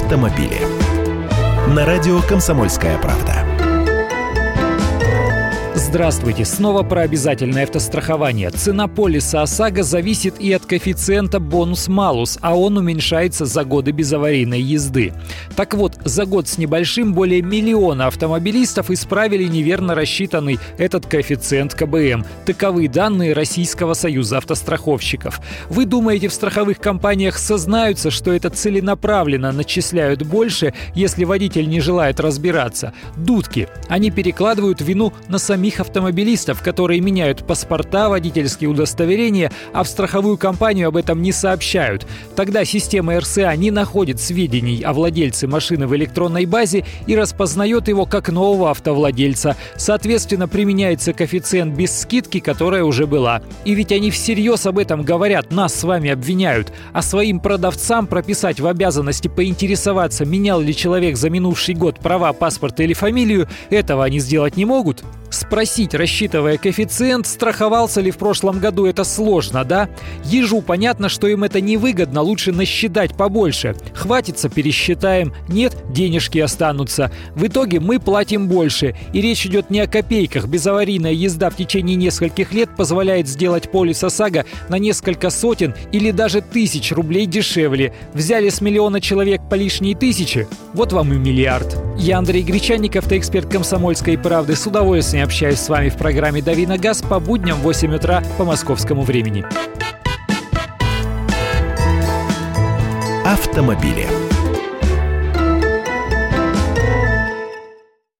автомобили. На радио «Комсомольская правда». Здравствуйте! Снова про обязательное автострахование. Цена полиса ОСАГО зависит и от коэффициента бонус-малус, а он уменьшается за годы безаварийной езды. Так вот, за год с небольшим более миллиона автомобилистов исправили неверно рассчитанный этот коэффициент КБМ. Таковы данные Российского союза автостраховщиков. Вы думаете, в страховых компаниях сознаются, что это целенаправленно начисляют больше, если водитель не желает разбираться? Дудки. Они перекладывают вину на самих автомобилистов, которые меняют паспорта, водительские удостоверения, а в страховую компанию об этом не сообщают. Тогда система РСА не находит сведений о владельце машины в электронной базе и распознает его как нового автовладельца. Соответственно, применяется коэффициент без скидки, которая уже была. И ведь они всерьез об этом говорят, нас с вами обвиняют. А своим продавцам прописать в обязанности поинтересоваться, менял ли человек за минувший год права, паспорт или фамилию, этого они сделать не могут. Спросить, рассчитывая коэффициент, страховался ли в прошлом году, это сложно, да? Ежу понятно, что им это невыгодно, лучше насчитать побольше. Хватится — пересчитаем, нет — денежки останутся. В итоге мы платим больше. И речь идет не о копейках. Безаварийная езда в течение нескольких лет позволяет сделать полис ОСАГО на несколько сотен или даже тысяч рублей дешевле. Взяли с миллиона человек по лишней тысяче, вот вам и миллиард. Я Андрей Гречанник, автоэксперт «Комсомольской правды». С удовольствием общаюсь с вами в программе «Дави на газ» по будням в 8 утра по московскому времени. Автомобили.